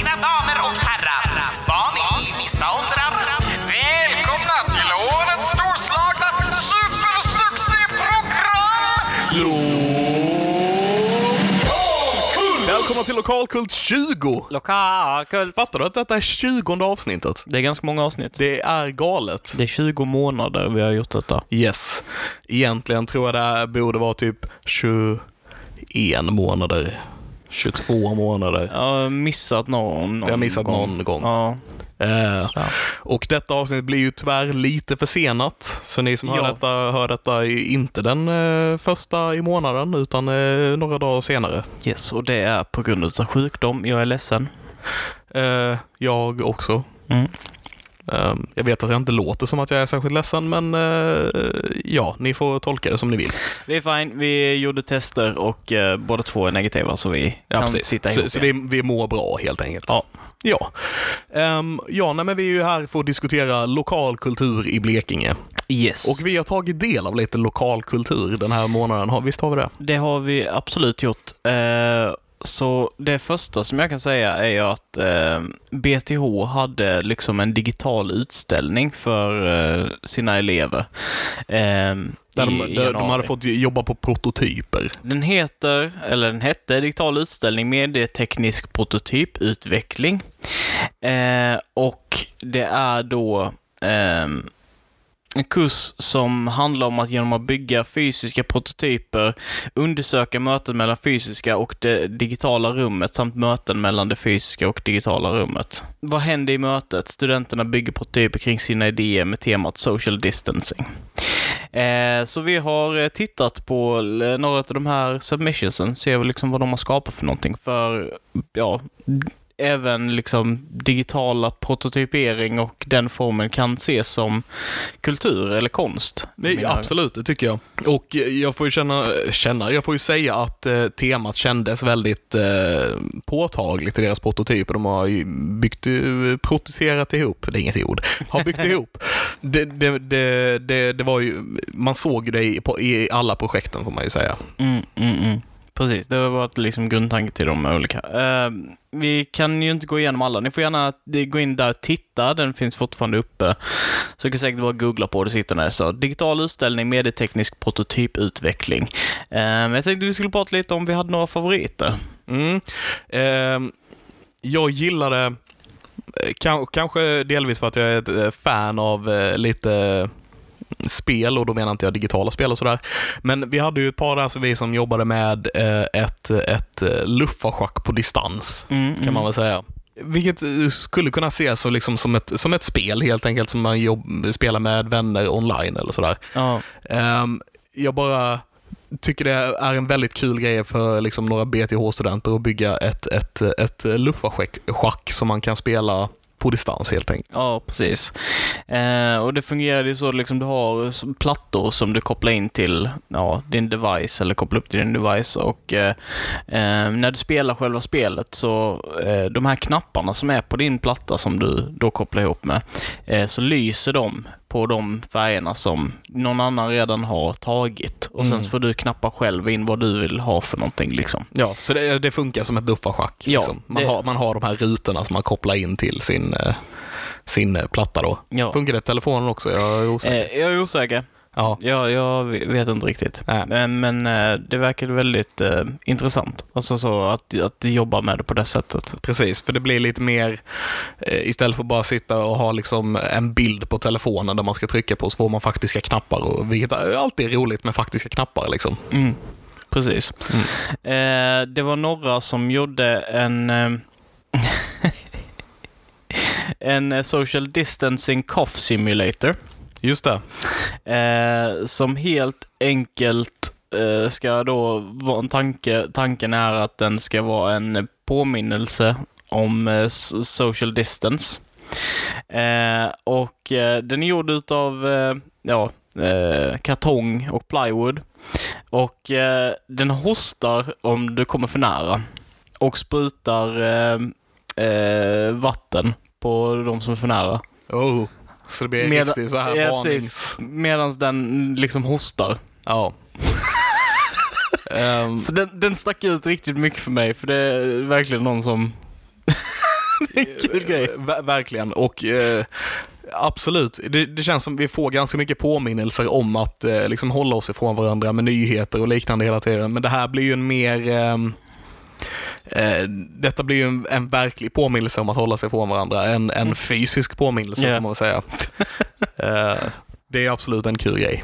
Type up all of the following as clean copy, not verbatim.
Mina damer och herrar, barn i vissa åldrar, välkomna till årets storslagna supersuccéprogram! Välkomna till Lokalkult 20! Lokalkult. Fattar du att detta är 20:e avsnittet? Det är ganska många avsnitt. Det är galet. Det är 20 månader vi har gjort detta. Yes. Egentligen tror jag det borde vara typ 21 månader. 22 månader. Jag har missat någon Jag har missat någon gång. Ja. Ja. Och detta avsnitt blir ju tyvärr lite försenat. Så ni som hör detta är inte den första i månaden utan några dagar senare. Yes, och det är på grund av sjukdom. Jag är ledsen. Jag också. Jag vet att jag inte låter som att jag är särskilt ledsen, men ja, ni får tolka det som ni vill. Det är fine. Vi gjorde tester och båda två är negativa, så vi kan sitta ihop. Så vi mår bra helt enkelt. Ja. Ja. Men vi är ju här för att diskutera lokalkultur i Blekinge. Yes. Och vi har tagit del av lite lokalkultur den här månaden. Visst har vi det? Det har vi absolut gjort. Så det första som jag kan säga är ju att BTH hade liksom en digital utställning för sina elever. De hade fått jobba på prototyper. Den hette Digital utställning med teknisk prototyputveckling. Och det är då en kurs som handlar om att genom att bygga fysiska prototyper undersöka möten mellan fysiska och det digitala rummet samt möten mellan det fysiska och digitala rummet. Vad händer i mötet? Studenterna bygger prototyper kring sina idéer med temat social distancing. Så vi har tittat på några av de här submissionsen, ser vi liksom vad de har skapat för någonting, för även liksom digitala prototypering och den formen kan ses som kultur eller konst. Nej, absolut, det tycker jag. Och jag får ju jag får ju säga att temat kändes väldigt påtagligt i deras prototyper. De har ju prototyserat ihop, det är inget ord, har byggt ihop. Det var ju, man såg det i alla projekten, får man ju säga. Precis, det har varit liksom grundtanke till de olika. Vi kan ju inte gå igenom alla. Ni får gärna gå in där och titta. Den finns fortfarande uppe. Så jag kan säkert bara googla på det, sitter där. Så digital utställning, medieteknisk prototyputveckling. Jag tänkte vi skulle prata lite om vi hade några favoriter. Jag gillade kanske delvis för att jag är ett fan av lite spel, och då menar inte jag digitala spel och sådär. Men vi hade ju ett par där så vi som jobbade med ett luffarschack på distans, kan man väl säga. Vilket skulle kunna ses liksom som ett spel helt enkelt, som man spelar med vänner online eller sådär. Jag bara tycker det är en väldigt kul grej för liksom några BTH-studenter att bygga ett luffarschack som man kan spela på distans helt enkelt. Ja, precis. Och det fungerar ju så liksom, du har plattor som du kopplar in till din device eller kopplar upp till din device, och när du spelar själva spelet så de här knapparna som är på din platta som du då kopplar ihop med, så lyser de på de färgerna som någon annan redan har tagit, och sen får du knappa själv in vad du vill ha för någonting liksom. Ja, så det funkar som ett luffarschack liksom. Man har de här rutorna som man kopplar in till sin platta då. Ja. Funkar det telefonen också? Jag är osäker. Ja. Jag vet inte riktigt. Men det verkar väldigt intressant. Alltså så att jobba med det på det sättet. Precis, för det blir lite mer istället för att bara sitta och ha liksom en bild på telefonen där man ska trycka på, så får man faktiska knappar, och vilket är alltid roligt med faktiska knappar liksom. Precis. Det var några som gjorde en social distancing cough simulator. Just det. Som helt enkelt ska då vara en tanken är att den ska vara en påminnelse om social distance. Och den är gjord utav kartong och plywood. Och den hostar om du kommer för nära. Och sprutar vatten på de som är för nära. Så det blir riktigt så här varnings. Medan den liksom hostar. Ja. Så den stack ut riktigt mycket för mig, för det är verkligen någon som Kul grej. Verkligen. Och absolut, det känns som vi får ganska mycket påminnelser om att liksom hålla oss ifrån varandra med nyheter och liknande hela tiden. Men det här blir ju en mer... detta blir ju en verklig påminnelse om att hålla sig ifrån varandra. En fysisk påminnelse får man säga. Det är absolut en kul grej.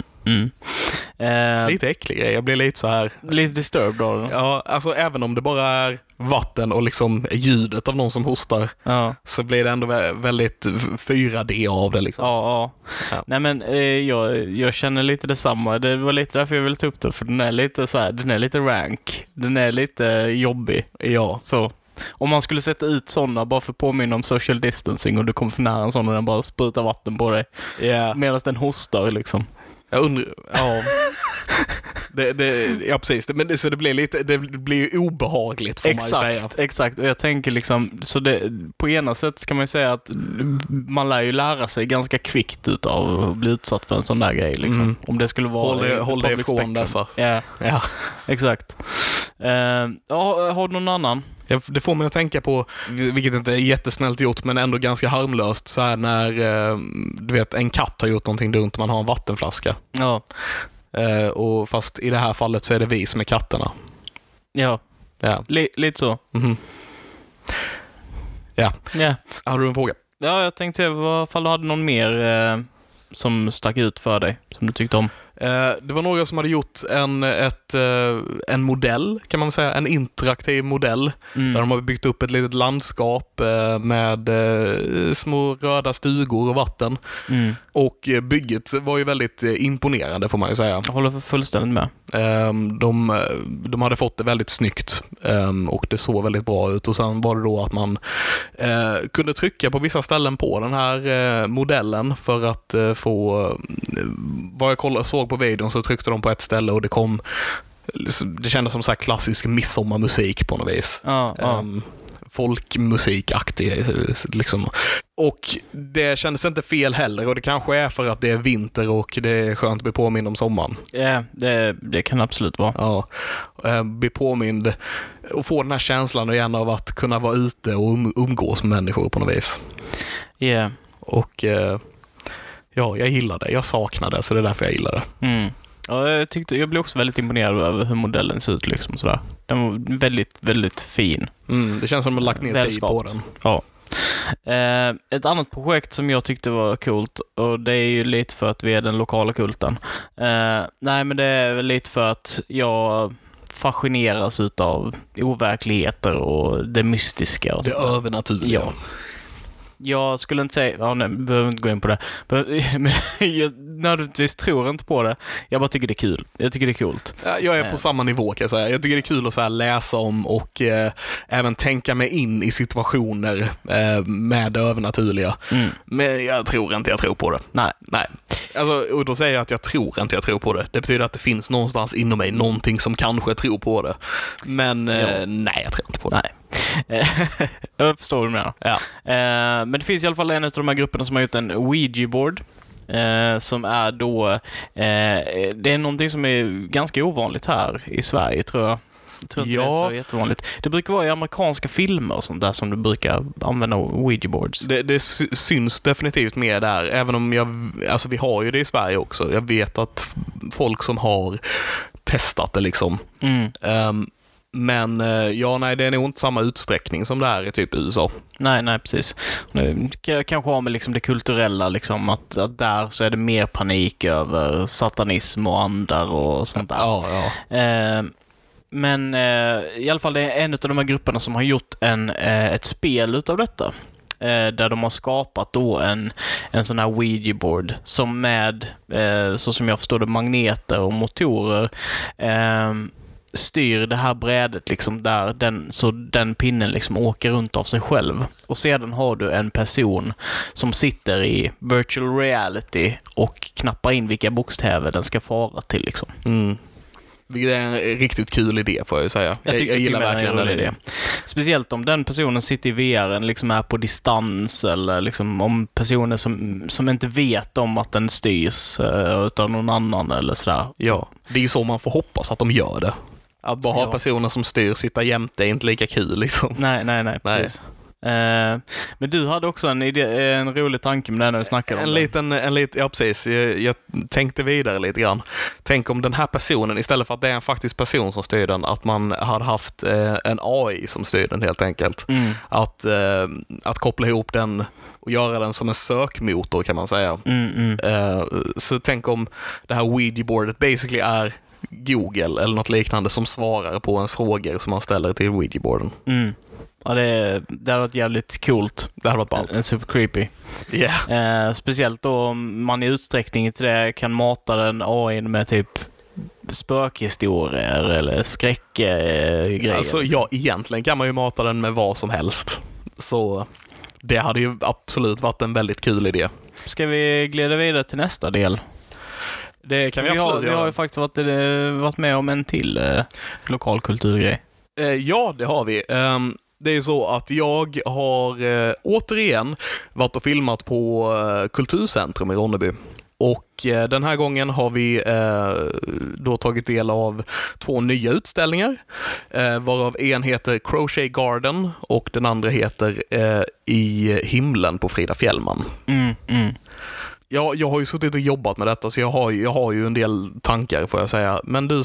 Lite äcklig grej. Jag blir lite så här... Lite disturbed av det. Ja, alltså även om det bara är vatten och liksom ljudet av någon som hostar, så blir det ändå väldigt 4D av det liksom. Ja. Nej men jag känner lite detsamma. Det var lite därför jag ville ta upp det, för den är lite så här, den är lite rank. Den är lite jobbig. Ja. Så om man skulle sätta ut sådana bara för att påminna om social distancing och du kommer för nära en sån och den bara sprutar vatten på dig medan den hostar liksom. Jag undrar, ja. Ja, precis. Men så det blir ju obehagligt, får man ju säga. Exakt. Och jag tänker liksom, så det, på ena sätt ska man ju säga att man lär ju lära sig ganska kvickt av att bli utsatt för en sån där grej liksom. Om det skulle vara... Håll dig ifrån dessa. Ja, exakt. Har du någon annan? Det får mig att tänka på, vilket inte är jättesnällt gjort, men ändå ganska harmlöst, så här när du vet, en katt har gjort någonting dumt och man har en vattenflaska. Ja. Och fast i det här fallet så är det vi som är katterna. Ja. Lite så. Ja. Har du en fråga? Ja, jag tänkte ifall du hade någon mer som stack ut för dig, som du tyckte om. Det var några som hade gjort en modell, kan man säga, en interaktiv modell, där de har byggt upp ett litet landskap med små röda stugor och vatten. Och bygget var ju väldigt imponerande, får man ju säga. Jag håller fullständigt med. De hade fått det väldigt snyggt och det såg väldigt bra ut, och sen var det då att man kunde trycka på vissa ställen på den här modellen för att få, vad jag såg på videon, så tryckte de på ett ställe och det kändes som så här klassisk midsommarmusik på något vis. Folkmusikaktig liksom. Och det kändes inte fel heller, och det kanske är för att det är vinter och det är skönt att bli påmind om sommaren. Ja, det kan absolut vara. Ja, bli påmind och få den här känslan igen av att kunna vara ute och umgås med människor på något vis. Ja. Och ja, jag gillar det. Jag saknar det, så det är därför jag gillar det. Ja, jag blev också väldigt imponerad över hur modellen ser ut liksom sådär. Den var väldigt, väldigt fin. Det känns som att de har lagt ner tid på den. Ja. Ett annat projekt som jag tyckte var coolt, och det är ju lite för att vi är den lokala kulten. Nej, men det är väl lite för att jag fascineras utav overkligheter och det mystiska. Och det övernaturliga. Ja. Jag skulle inte säga, nej, behöver inte gå in på det. Men jag nödvändigtvis tror inte på det. Jag bara tycker det är kul. Jag tycker det är coolt. Jag är på samma nivå, kan jag säga. Jag tycker det är kul att så här läsa om och även tänka mig in i situationer med det övernaturliga. Men jag tror på det. Nej. Alltså, och då säger jag att jag tror på det. Det betyder att det finns någonstans inom mig någonting som kanske tror på det. Men nej, jag tror inte på det. Nej. Jag förstår vad du menar. Ja. Men det finns i alla fall en av de här grupperna som har gjort en Ouija-board. Som är då det är någonting som är ganska ovanligt här i Sverige, tror jag. Jag tror inte det är så jättevanligt. Det brukar vara i amerikanska filmer och sånt där som du brukar använda Ouija-boards. Det syns definitivt mer där, även om vi har ju det i Sverige också. Jag vet att folk som har testat det liksom. Men det är nog inte samma utsträckning som det är i typ USA. Nej, precis. Kanske har med liksom det kulturella, liksom, att där så är det mer panik över satanism och andar och sånt där. Ja. Men i alla fall det är en av de här grupperna som har gjort ett spel utav detta. Där de har skapat då en sån här Ouija-board som med, så som jag förstår det, magneter och motorer styr det här brädet liksom där den pinnen liksom åker runt av sig själv. Och sedan har du en person som sitter i virtual reality och knappar in vilka bokstäver den ska fara till liksom. Vilket är en riktigt kul idé, får jag ju säga. Jag gillar verkligen den idén. Speciellt om den personen sitter i VR liksom är på distans, eller liksom om personer som inte vet om att den styrs utav någon annan eller sådär. Ja, det är ju så man får hoppas att de gör det. Att bara ha personer som styr sitta jämte är inte lika kul liksom. Nej, precis. Men du hade också en rolig tanke med det när vi snackade om det. Ja, precis. Jag tänkte vidare lite grann. Tänk om den här personen, istället för att det är en faktisk person som styr den, att man hade haft en AI som styr den helt enkelt. Att koppla ihop den och göra den som en sökmotor kan man säga. Så tänk om det här Ouija-boardet basically är Google eller något liknande som svarar på ens frågor som man ställer till Ouija-boarden. Ja, det hade varit jävligt coolt. Det hade varit ballt. En super creepy. Yeah. Speciellt då om man i utsträckning till det kan mata den AI med typ spökhistorier eller skräckgrejer. Alltså ja, egentligen kan man ju mata den med vad som helst. Så det hade ju absolut varit en väldigt kul idé. Ska vi glida vidare till nästa del? Det kan vi absolut göra. Vi har ju faktiskt varit med om en till lokalkulturgrej. Ja, det har vi. Det är så att jag har återigen varit och filmat på Kulturcentrum i Ronneby. Och den här gången har vi då tagit del av 2 nya utställningar, varav en heter Crochet Garden och den andra heter I himlen på Frida Fjällman. Jag har ju suttit och jobbat med detta, så jag har ju en del tankar, får jag säga. Men du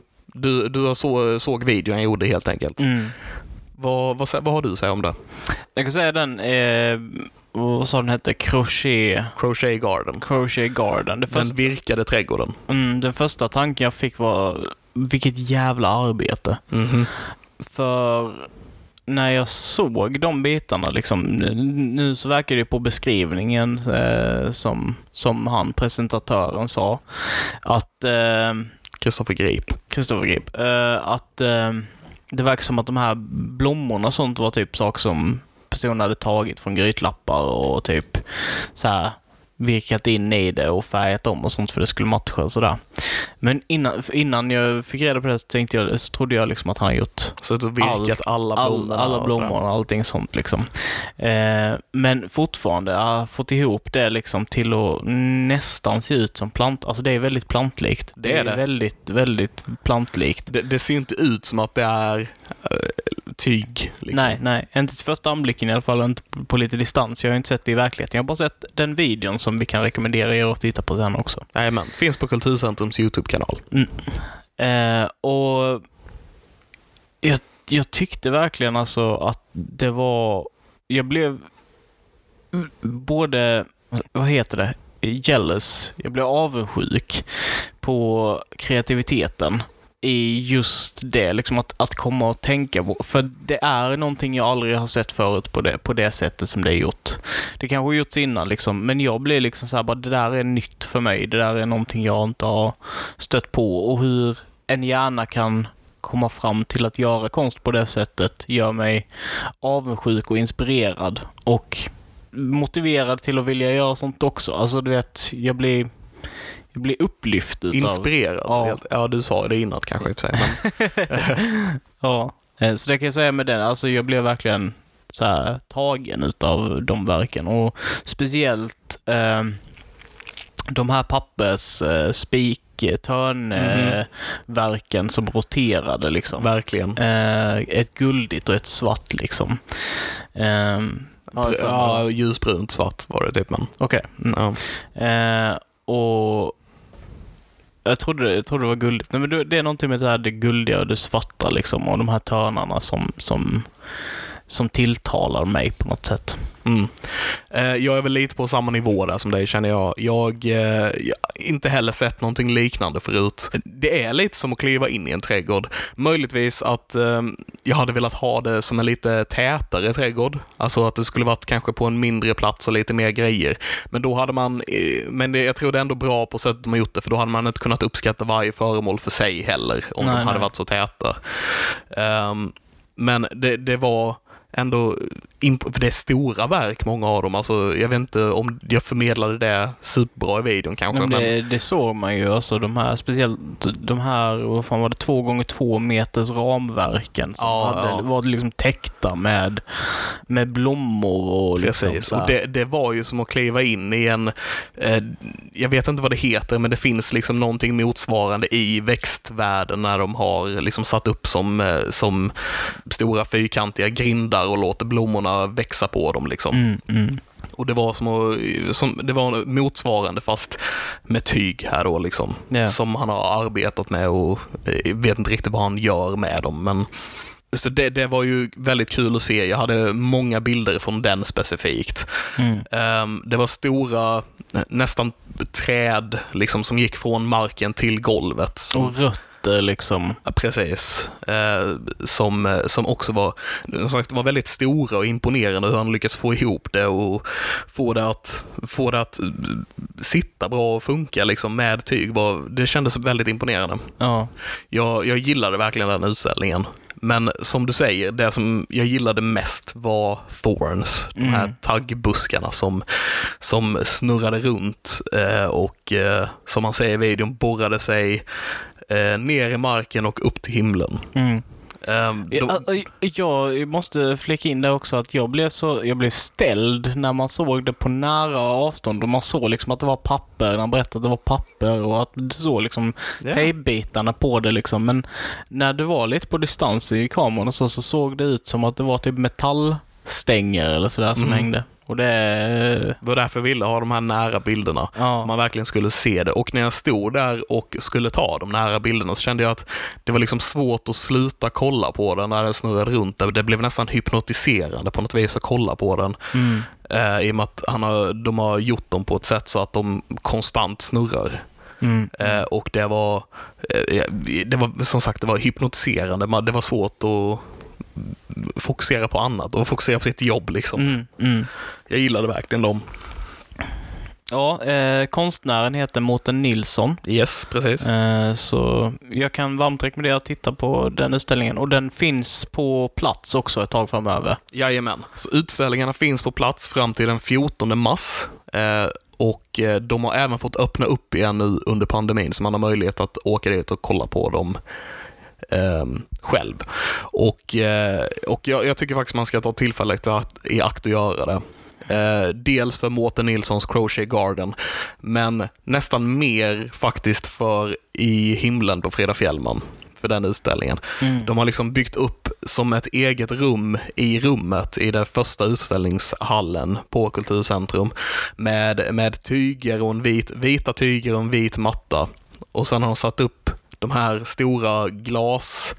såg videon jag gjorde helt enkelt. Vad har du att säga om det? Jag kan säga den vad sa den hette? Crochet Garden. Den virkade trädgården. Den första tanken jag fick var vilket jävla arbete. För när jag såg de bitarna liksom, nu så verkar det på beskrivningen som han, presentatören, sa att Kristoffer Grip att det verkar som att de här blommorna och sånt var typ saker som personen hade tagit från grytlappar och typ så här virkat in i det och färgat om och sånt för det skulle matcha och sådär. Men innan jag fick reda på det så trodde jag liksom att han hade gjort så att du virkat alla blommor och allting sånt liksom. Men fortfarande har jag fått ihop det liksom till att nästan se ut som plant. Alltså det är väldigt plantlikt. Det är väldigt, väldigt plantlikt. Det ser inte ut som att det är tyg. Liksom. Nej, inte till första anblicken i alla fall, inte på lite distans. Jag har inte sett det i verkligheten. Jag har bara sett den videon som vi kan rekommendera er att titta på den också. Jajamän, finns på Kulturcentrums YouTube-kanal. Och jag tyckte verkligen alltså att det var... Jag blev både... Vad heter det? Jealous. Jag blev avundsjuk på kreativiteten i just det, liksom att komma och tänka på, för det är någonting jag aldrig har sett förut på det sättet som det är gjort. Det kanske har gjorts innan liksom, men jag blir liksom så här, bara det där är nytt för mig, det där är någonting jag inte har stött på, och hur en hjärna kan komma fram till att göra konst på det sättet gör mig avundsjuk och inspirerad och motiverad till att vilja göra sånt också. Alltså du vet, jag blir upplyft utav... Inspirerad. Ja, du sa det innan kanske i och för sig. Men... ja, så det kan jag säga med den. Alltså jag blev verkligen så här tagen utav de verken. Och speciellt de här törnverken som roterade liksom. Verkligen. Ett guldigt och ett svart liksom. Ja, ljusbrunt svart var det typ, men... Okej. Och jag trodde det var guldigt. Men det är någonting med det här, det guldiga och det svarta liksom, och de här törnarna som tilltalar mig på något sätt. Jag är väl lite på samma nivå där som dig, känner jag. Jag inte heller sett någonting liknande förut. Det är lite som att kliva in i en trädgård. Möjligtvis att jag hade velat ha det som en lite tätare trädgård. Alltså att det skulle varit kanske på en mindre plats och lite mer grejer. Men då hade man, jag tror det är ändå bra på sättet de har gjort det, för då hade man inte kunnat uppskatta varje föremål för sig heller om de hade varit så täta. Men det var ändå, för det är stora verk, många av dem. Alltså, jag vet inte om jag förmedlade det superbra i videon kanske. Men det såg man ju, alltså de här, speciellt de här, vad fan var det, 2x2 meters ramverken som var liksom täckta med blommor och liksom. Precis, och det var ju som att kliva in i en, jag vet inte vad det heter, men det finns liksom någonting motsvarande i växtvärlden när de har liksom satt upp som stora fyrkantiga grindar och låter blommorna kunna växa på dem liksom. Och det var det var motsvarande fast med tyg här då liksom. Som han har arbetat med och vet inte riktigt vad han gör med dem, men så det var ju väldigt kul att se. Jag hade många bilder från den specifikt. Det var stora, nästan träd liksom, som gick från marken till golvet. Och rötter liksom. Precis. Som också var, som sagt, var väldigt stora och imponerande hur han lyckats få ihop det och få det att sitta bra och funka liksom, med tyg. Det kändes väldigt imponerande. Ja. Jag gillade verkligen den utställningen. Men som du säger, det som jag gillade mest var thorns, de här taggbuskarna som snurrade runt och som man säger i videon borrade sig ner i marken och upp till himlen. Jag måste flika in där också att jag blev ställd när man såg det på nära avstånd och man såg liksom att det var papper, när han berättade att det var papper och att du såg liksom tejpbitarna på det liksom, men när det var lite på distans i kameran och så såg det ut som att det var typ metallstänger eller sådär som hängde. Och det var därför jag ville ha de här nära bilderna. Ja. Man verkligen skulle se det. Och när jag stod där och skulle ta de nära bilderna så kände jag att det var liksom svårt att sluta kolla på den när den snurrade runt. Det blev nästan hypnotiserande på något vis att kolla på den. I och med att de har gjort dem på ett sätt så att de konstant snurrar. Och det var som sagt, det var hypnotiserande. Det var svårt att fokusera på annat och fokusera på sitt jobb liksom. Jag gillade verkligen dem. Ja, konstnären heter Mårten Nilsson. Yes, precis. Så jag kan varmt rekommendera att titta på den utställningen. Och den finns på plats också ett tag framöver. Jajamän. Så utställningarna finns på plats fram till den 14 mars. Och de har även fått öppna upp igen nu under pandemin, så man har möjlighet att åka dit och kolla på dem själv. Och jag tycker faktiskt man ska ta tillfället i akt att göra det. Dels för Mårten Nilssons Crochet Garden, men nästan mer faktiskt för I himlen på Frida Fjällman, för den utställningen. De har liksom byggt upp som ett eget rum i rummet i den första utställningshallen på Kulturcentrum med tyger och vita tyger och en vit matta. Och sen har de satt upp de här stora glas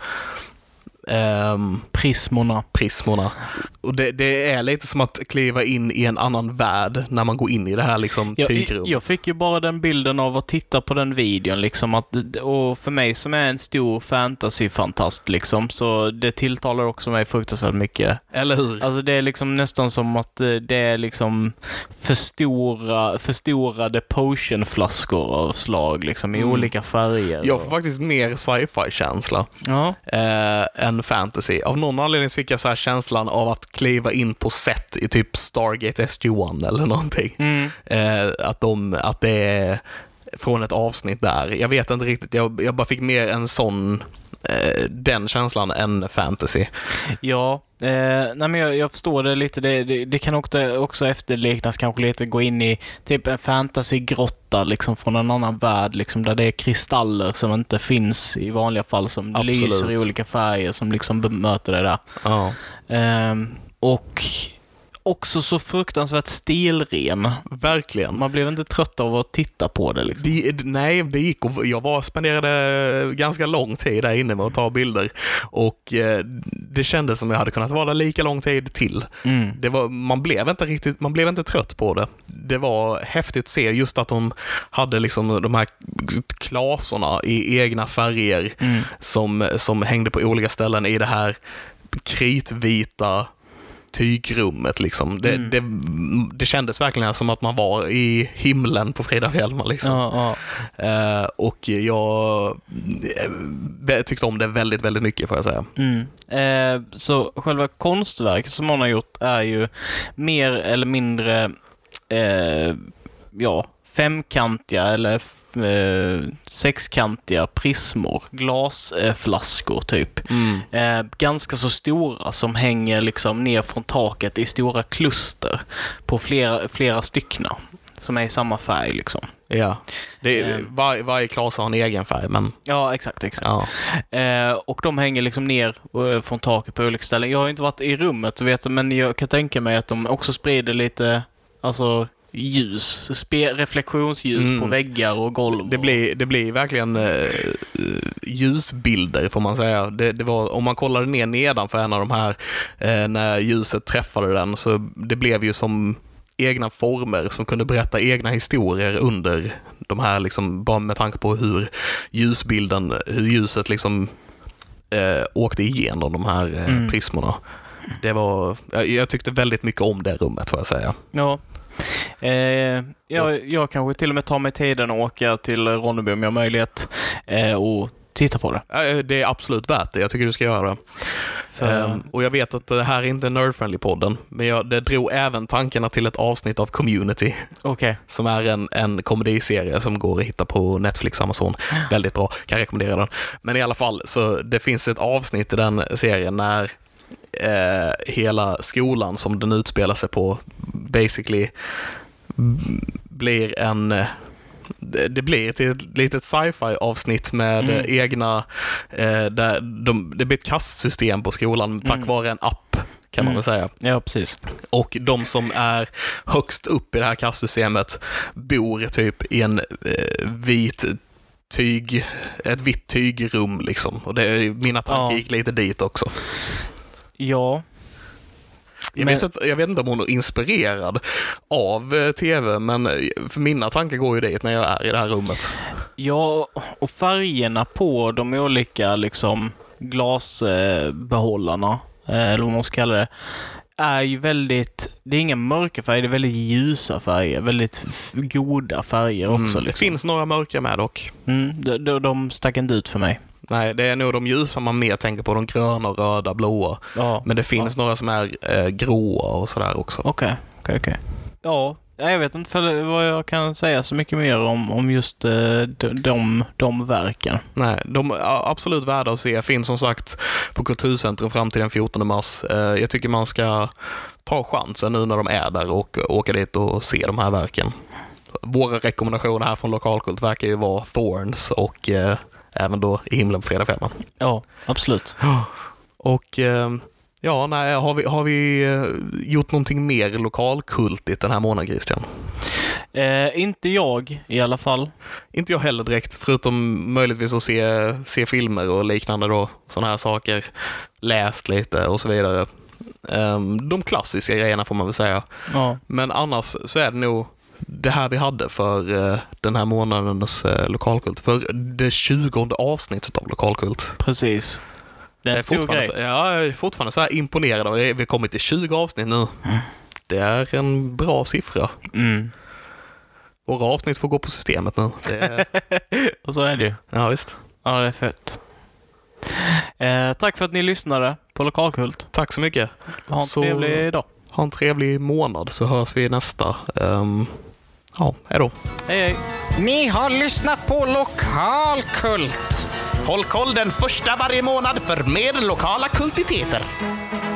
prismorna. Och det är lite som att kliva in i en annan värld när man går in i det här liksom tygrummet. Jag fick ju bara den bilden av att titta på den videon liksom, och för mig som är en stor fantasy-fantast liksom, så det tilltalar också mig fruktansvärt mycket. Eller hur? Alltså det är liksom nästan som att det är liksom förstorade potionflaskor av slag liksom i olika färger. Jag får faktiskt mer sci-fi-känsla än fantasy. Av någon anledning fick jag så här känslan av att kliva in på set i typ Stargate SG-1 eller någonting. Att det är från ett avsnitt där. Jag vet inte riktigt. Jag bara fick mer en sån den känslan än fantasy. Ja, nej men jag förstår det lite. Det kan också efterliknas kanske lite, gå in i typ en fantasygrotta liksom från en annan värld liksom, där det är kristaller som inte finns i vanliga fall, som lyser i olika färger som liksom bemöter det där. Ja. Och också så fruktansvärt stilren. Verkligen. Man blev inte trött av att titta på det liksom. Det gick, och jag spenderade ganska lång tid där inne med att ta bilder, och det kändes som jag hade kunnat vara där lika lång tid till. Man blev inte trött på det. Det var häftigt att se just att de hade liksom de här klasorna i egna färger som hängde på olika ställen i det här kritvita tygrummet liksom. Det kändes verkligen som att man var i himlen på Frida Fjällman liksom. Och jag tyckte om det väldigt, väldigt mycket, får jag säga. Så själva konstverket som man har gjort är ju mer eller mindre femkantiga eller sexkantiga prismor, glasflaskor typ. Ganska så stora, som hänger liksom ner från taket i stora kluster på flera stycken som är i samma färg liksom. Ja. Varje klass har en egen färg, men... Ja, exakt. Ja. Och de hänger liksom ner från taket på olika ställen. Jag har inte varit i rummet, så vet jag, men jag kan tänka mig att de också sprider lite, alltså, ljus, reflektionsljus på väggar och golv. Det blir verkligen ljusbilder, får man säga. Det var, om man kollade ner nedanför en av de här när ljuset träffade den, så det blev ju som egna former som kunde berätta egna historier under de här, liksom, bara med tanke på hur ljuset liksom åkte igenom de här prismorna. Det var, jag tyckte väldigt mycket om det rummet, får jag säga. Ja. Jag kanske till och med tar mig tiden och åka till Ronneby om jag har möjlighet och titta på det. Det är absolut värt det. Jag tycker du ska göra det. Och jag vet att det här är inte Nerdfriendly-podden, men det drog även tankarna till ett avsnitt av Community. Okay. Som är en komediserie som går att hitta på Netflix och Amazon. Väldigt bra, kan rekommendera den. Men i alla fall, så det finns ett avsnitt i den serien när hela skolan som den utspelar sig på basically blir det blir ett litet sci-fi avsnitt med egna där det blir ett kastsystem på skolan tack vare en app, kan man väl säga. Ja, precis. Och de som är högst upp i det här kastsystemet bor typ i en ett vitt tygrum liksom. Och mina tankar gick lite dit också. Ja. Jag vet inte om hon är inspirerad av tv, men för mina tankar går ju dit när jag är i det här rummet. Ja, och färgerna på de olika liksom glasbehållarna, eller vad man ska kalla det, är ju väldigt, det är inga mörka färger, det är väldigt ljusa färger, väldigt goda färger också. Liksom. Det finns några mörka med dock. De stack inte ut för mig. Nej, det är nog de ljusa man mer tänker på, de gröna, röda, blåa. Ja, men det finns några som är gråa och sådär också. Okej. Ja, jag vet inte vad jag kan säga så mycket mer om just de verken. Nej, de är absolut värda att se. Finns som sagt på Kulturcentrum fram till den 14 mars. Jag tycker man ska ta chansen nu när de är där och åka dit och se de här verken. Våra rekommendationer här från Lokalkult verkar ju vara Thorns och även då I himlen på fredag. Ja, absolut. Och har vi gjort någonting mer lokalkultigt den här månaden, Christian? Inte jag i alla fall. Inte jag heller direkt, förutom möjligtvis att se filmer och liknande då, sådana här saker. Läst lite och så vidare. De klassiska grejerna får man väl säga. Ja. Men annars så är det nog det här vi hade för den här månadens lokalkult. För det 20:e avsnittet av Lokalkult. Precis. Det är en stor grej. Jag är fortfarande så här imponerad av det. Vi har kommit till 20 avsnitt nu. Det är en bra siffra. Våra avsnitt får gå på systemet nu. Och så är det ju. Ja, visst. Ja, det är fett. Tack för att ni lyssnade på Lokalkult. Tack så mycket. Ha en trevlig dag. Ha en trevlig månad, så hörs vi nästa. Hej då. Hej. Ni har lyssnat på Lokalkult. Håll koll den första varje månad för mer lokala kultiteter.